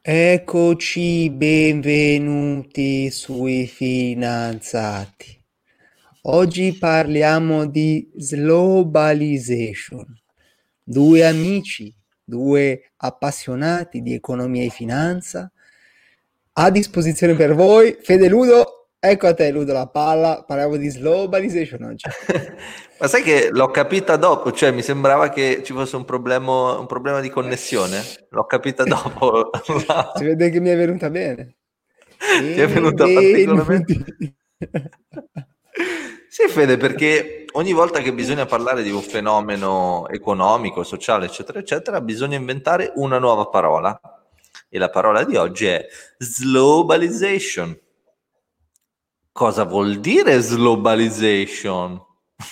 Eccoci, benvenuti sui finanziati. Oggi parliamo di globalization. Due amici, due appassionati di economia e finanza a disposizione per voi. Fede Ludo, ecco a te Ludo la palla, parliamo di globalization oggi. Ma sai che l'ho capita dopo, cioè mi sembrava che ci fosse un problema di connessione. L'ho capita dopo. Si vede che mi è venuta bene. Ti è venuta particolarmente. Benvenuti. Sì, Fede, perché ogni volta che bisogna parlare di un fenomeno economico, sociale, eccetera, eccetera, bisogna inventare una nuova parola. E la parola di oggi è globalization. Cosa vuol dire globalization?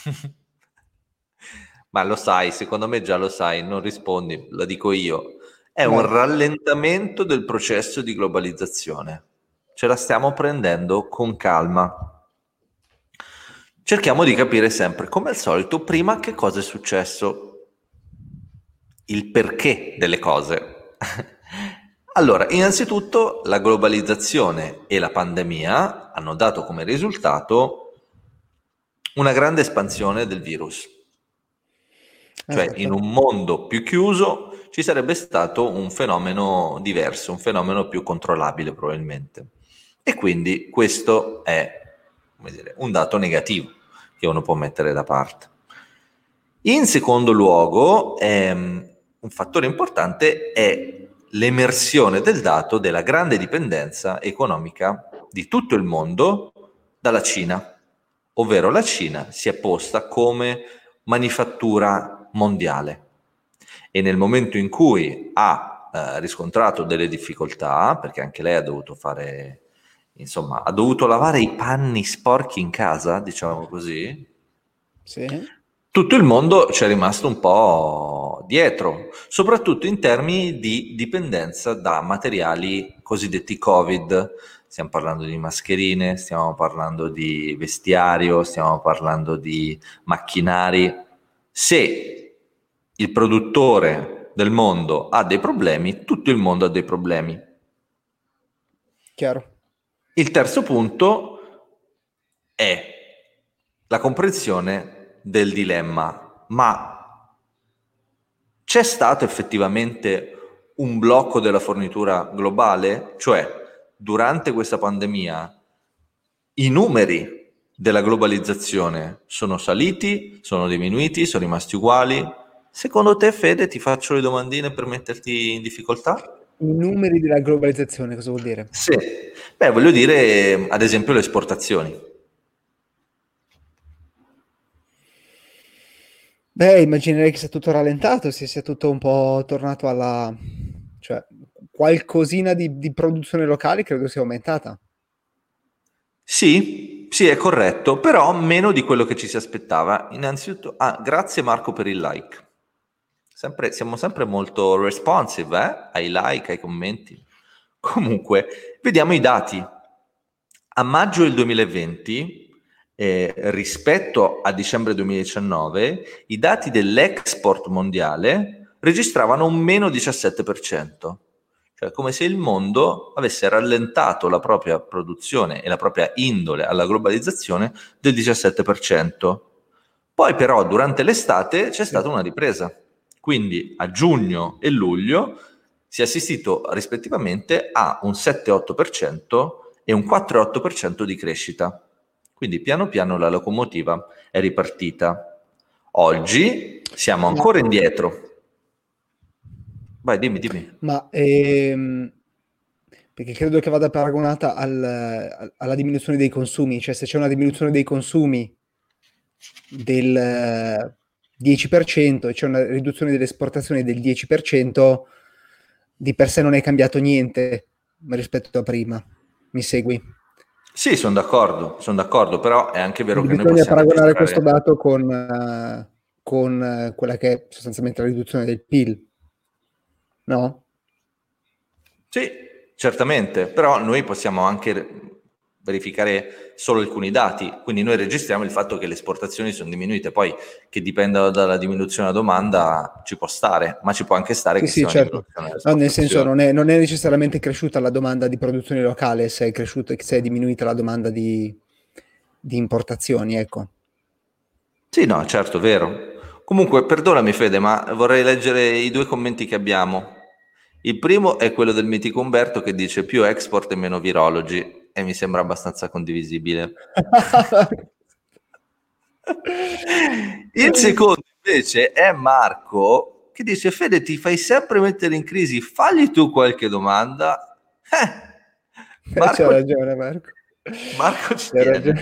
Ma lo sai, secondo me già lo sai, non rispondi, la dico io. È un Vai. rallentamento del processo di globalizzazione. Ce la stiamo prendendo con calma. Cerchiamo di capire sempre, come al solito, prima che cosa è successo, il perché delle cose. Allora, innanzitutto la globalizzazione e la pandemia hanno dato come risultato una grande espansione del virus. Cioè, in Esatto. un mondo più chiuso ci sarebbe stato un fenomeno diverso, un fenomeno più controllabile probabilmente. E quindi questo è, come dire, un dato negativo che uno può mettere da parte. In secondo luogo, un fattore importante è l'emersione del dato della grande dipendenza economica di tutto il mondo dalla Cina, ovvero la Cina si è posta come manifattura mondiale e nel momento in cui ha riscontrato delle difficoltà, perché anche lei ha dovuto fare, insomma, ha dovuto lavare i panni sporchi in casa, diciamo così, Sì. tutto il mondo ci è rimasto un po' dietro, soprattutto in termini di dipendenza da materiali cosiddetti Covid. Stiamo parlando di mascherine, stiamo parlando di vestiario, stiamo parlando di macchinari. Se il produttore del mondo ha dei problemi, tutto il mondo ha dei problemi. Chiaro. Il terzo punto è la comprensione del dilemma, ma c'è stato effettivamente un blocco della fornitura globale? Cioè, durante questa pandemia, i numeri della globalizzazione sono saliti, sono diminuiti, sono rimasti uguali? Secondo te, Fede, ti faccio le domandine per metterti in difficoltà? I numeri della globalizzazione cosa vuol dire? Sì, beh, voglio dire, ad esempio, le esportazioni. Beh, immaginerei che sia tutto rallentato, sia tutto un po' tornato alla... cioè, qualcosina di produzione locale credo sia aumentata. Sì, sì, è corretto, però meno di quello che ci si aspettava. Innanzitutto, grazie Marco per il like. Siamo sempre molto responsive, ai like, ai commenti. Comunque, vediamo i dati. A maggio del 2020, rispetto a dicembre 2019, i dati dell'export mondiale registravano un meno 17%, cioè come se il mondo avesse rallentato la propria produzione e la propria indole alla globalizzazione del 17%. Poi però durante l'estate c'è Sì. stata una ripresa, quindi a giugno e luglio si è assistito rispettivamente a un 7,8% e un 4,8% di crescita. Quindi piano piano la locomotiva è ripartita. Oggi siamo Ma, ancora indietro. Vai, dimmi, dimmi. ma, perché credo che vada paragonata alla diminuzione dei consumi, cioè se c'è una diminuzione dei consumi del 10% e c'è una riduzione delle esportazioni del 10%, di per sé non è cambiato niente rispetto a prima. Mi segui? Sì, sono d'accordo, però è anche vero Quindi che noi bisogna possiamo paragonare questo registrare. dato con quella che è sostanzialmente la riduzione del PIL, no? Sì, certamente, però noi possiamo anche verificare solo alcuni dati, quindi noi registriamo il fatto che le esportazioni sono diminuite, poi che dipenda dalla diminuzione della domanda ci può stare, ma ci può anche stare Sì, che sì, sia una certo. diminuzione delle No, nel senso esportazioni. non è necessariamente cresciuta la domanda di produzione locale, se è diminuita la domanda di importazioni, ecco. Sì, no, certo, vero. Comunque, perdonami Fede, ma vorrei leggere i due commenti che abbiamo. Il primo è quello del mitico Umberto che dice più export e meno virologi e mi sembra abbastanza condivisibile. Il secondo invece è Marco che dice Fede ti fai sempre mettere in crisi, fagli tu qualche domanda. C'ha Marco, ragione Marco. Marco ci C'ha tiene. ragione.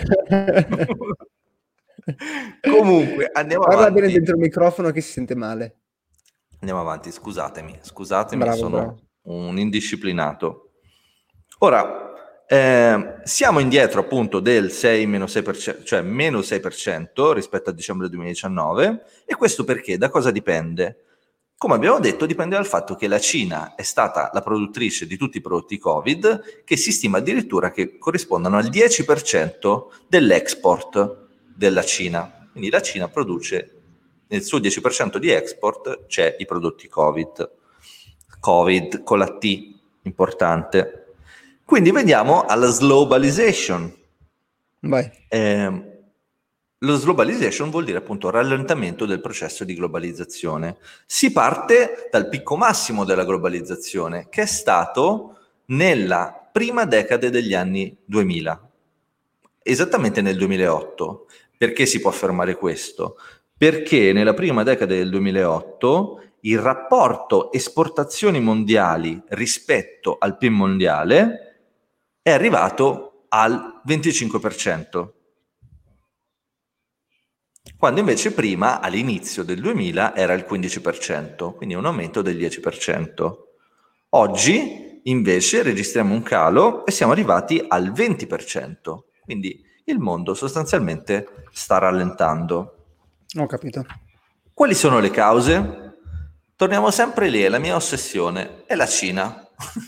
Comunque andiamo Parla bene avanti. dentro il microfono che si sente male. Andiamo avanti, scusatemi, Bravo, sono bravo. un indisciplinato. Ora, siamo indietro appunto del 6-6%, cioè meno 6% rispetto a dicembre 2019, e questo perché? Da cosa dipende? Come abbiamo detto, dipende dal fatto che la Cina è stata la produttrice di tutti i prodotti Covid, che si stima addirittura che corrispondano al 10% dell'export della Cina. Quindi la Cina produce, nel suo 10% di export c'è i prodotti Covid. Covid con la T, importante. Quindi veniamo alla globalization. Vai. Lo globalization vuol dire appunto rallentamento del processo di globalizzazione. Si parte dal picco massimo della globalizzazione, che è stato nella prima decade degli anni 2000, esattamente nel 2008. Perché si può affermare questo? Perché nella prima decade del 2008 il rapporto esportazioni mondiali rispetto al PIL mondiale è arrivato al 25%. Quando invece prima, all'inizio del 2000, era il 15%, quindi un aumento del 10%. Oggi, invece, registriamo un calo e siamo arrivati al 20%, quindi il mondo sostanzialmente sta rallentando. Ho capito. Quali sono le cause? Torniamo sempre lì, è la mia ossessione, è la Cina.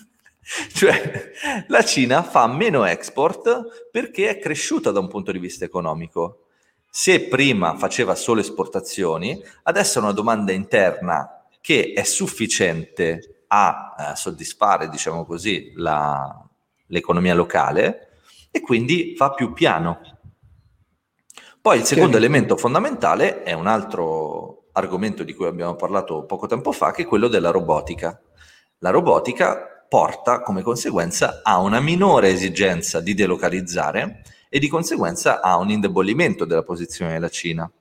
Cioè, la Cina fa meno export perché è cresciuta da un punto di vista economico. Se prima faceva solo esportazioni, adesso è una domanda interna che è sufficiente a soddisfare, diciamo così, l'economia locale e quindi va più piano. Poi il secondo Chiarissimo. elemento fondamentale è un altro argomento di cui abbiamo parlato poco tempo fa, che è quello della robotica. La robotica porta come conseguenza a una minore esigenza di delocalizzare e di conseguenza a un indebolimento della posizione della Cina.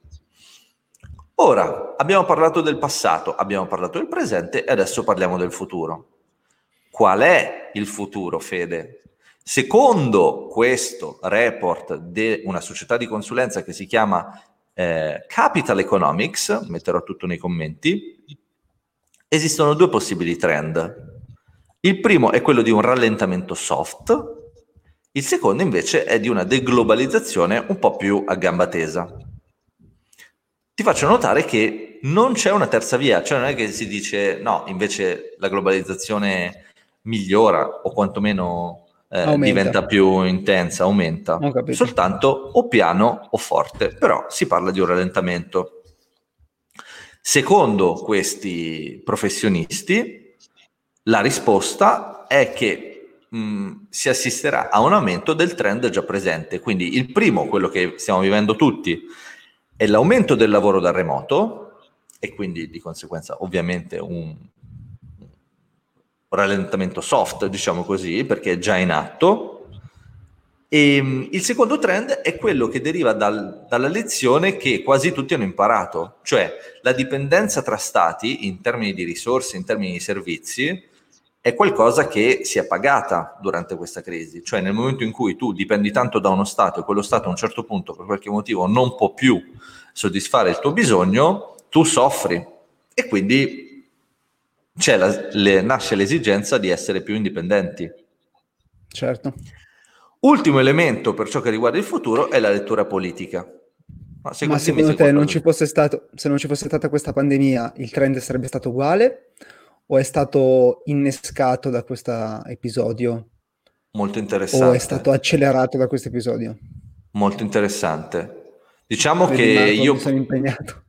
Ora, abbiamo parlato del passato, abbiamo parlato del presente e adesso parliamo del futuro. Qual è il futuro, Fede? Secondo questo report di una società di consulenza che si chiama Capital Economics, metterò tutto nei commenti, esistono due possibili trend. Il primo è quello di un rallentamento soft, il secondo invece è di una deglobalizzazione un po' più a gamba tesa. Ti faccio notare che non c'è una terza via, cioè non è che si dice no, invece la globalizzazione migliora o quantomeno Aumenta. diventa più intensa, aumenta, Ho capito. soltanto o piano o forte, però si parla di un rallentamento. Secondo questi professionisti, la risposta è che si assisterà a un aumento del trend già presente. Quindi il primo, quello che stiamo vivendo tutti, è l'aumento del lavoro da remoto e quindi di conseguenza ovviamente un rallentamento soft, diciamo così, perché è già in atto. E il secondo trend è quello che deriva dalla lezione che quasi tutti hanno imparato, cioè la dipendenza tra stati in termini di risorse, in termini di servizi, è qualcosa che si è pagata durante questa crisi. Cioè nel momento in cui tu dipendi tanto da uno stato e quello stato a un certo punto per qualche motivo non può più soddisfare il tuo bisogno, tu soffri e quindi nasce l'esigenza di essere più indipendenti. Certo. Ultimo elemento per ciò che riguarda il futuro è la lettura politica. Ma Dimmi secondo se te se non ci fosse stata questa pandemia, il trend sarebbe stato uguale o è stato innescato da questo episodio? Molto O è stato interessante, accelerato da questo episodio? molto interessante. Diciamo che Vedi Marco, io... mi sono impegnato.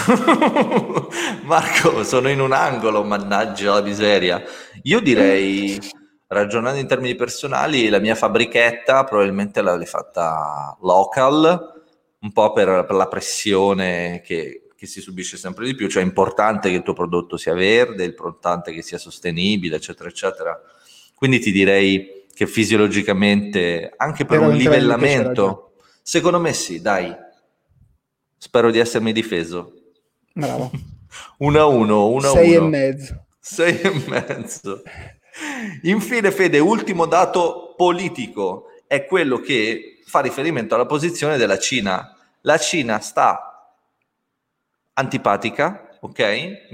Marco, sono in un angolo, mannaggia la miseria. Io direi, ragionando in termini personali, la mia fabbrichetta probabilmente l'avrei fatta local, un po' per la pressione che si subisce sempre di più, cioè è importante che il tuo prodotto sia verde, è importante che sia sostenibile, eccetera, eccetera. Quindi ti direi che fisiologicamente, anche per Era un un trend che c'era già. livellamento, secondo me sì, dai, spero di essermi difeso. Bravo. 1-1, 6 e 1-1. mezzo. 6,5. Infine, Fede, ultimo dato politico è quello che fa riferimento alla posizione della Cina. La Cina sta antipatica, ok?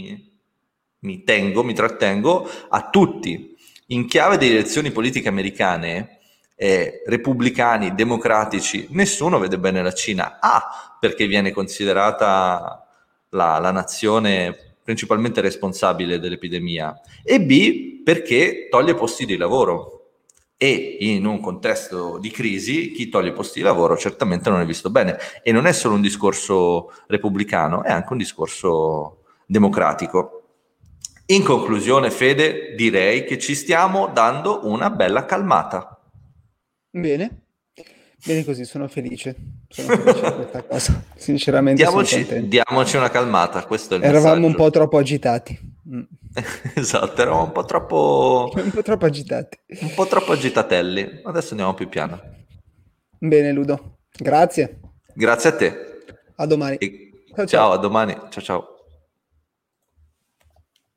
Mi trattengo a tutti. In chiave delle elezioni politiche americane, repubblicani, democratici, nessuno vede bene la Cina. A, perché viene considerata la nazione principalmente responsabile dell'epidemia, e B, perché toglie posti di lavoro. E in un contesto di crisi, chi toglie posti di lavoro certamente non è visto bene. E non è solo un discorso repubblicano, è anche un discorso democratico. In conclusione, Fede, direi che ci stiamo dando una bella calmata. Bene. Bene così, sono felice. Sono felice di questa cosa. Sinceramente sono contento. Diamoci una calmata, questo è il Eravamo un messaggio. po' troppo agitati. Esatto, eravamo Un po' troppo agitati. un po' troppo agitatelli. Adesso andiamo più piano. Bene, Ludo. Grazie. Grazie a te. A domani. E Ciao ciao, ciao. a domani. Ciao ciao.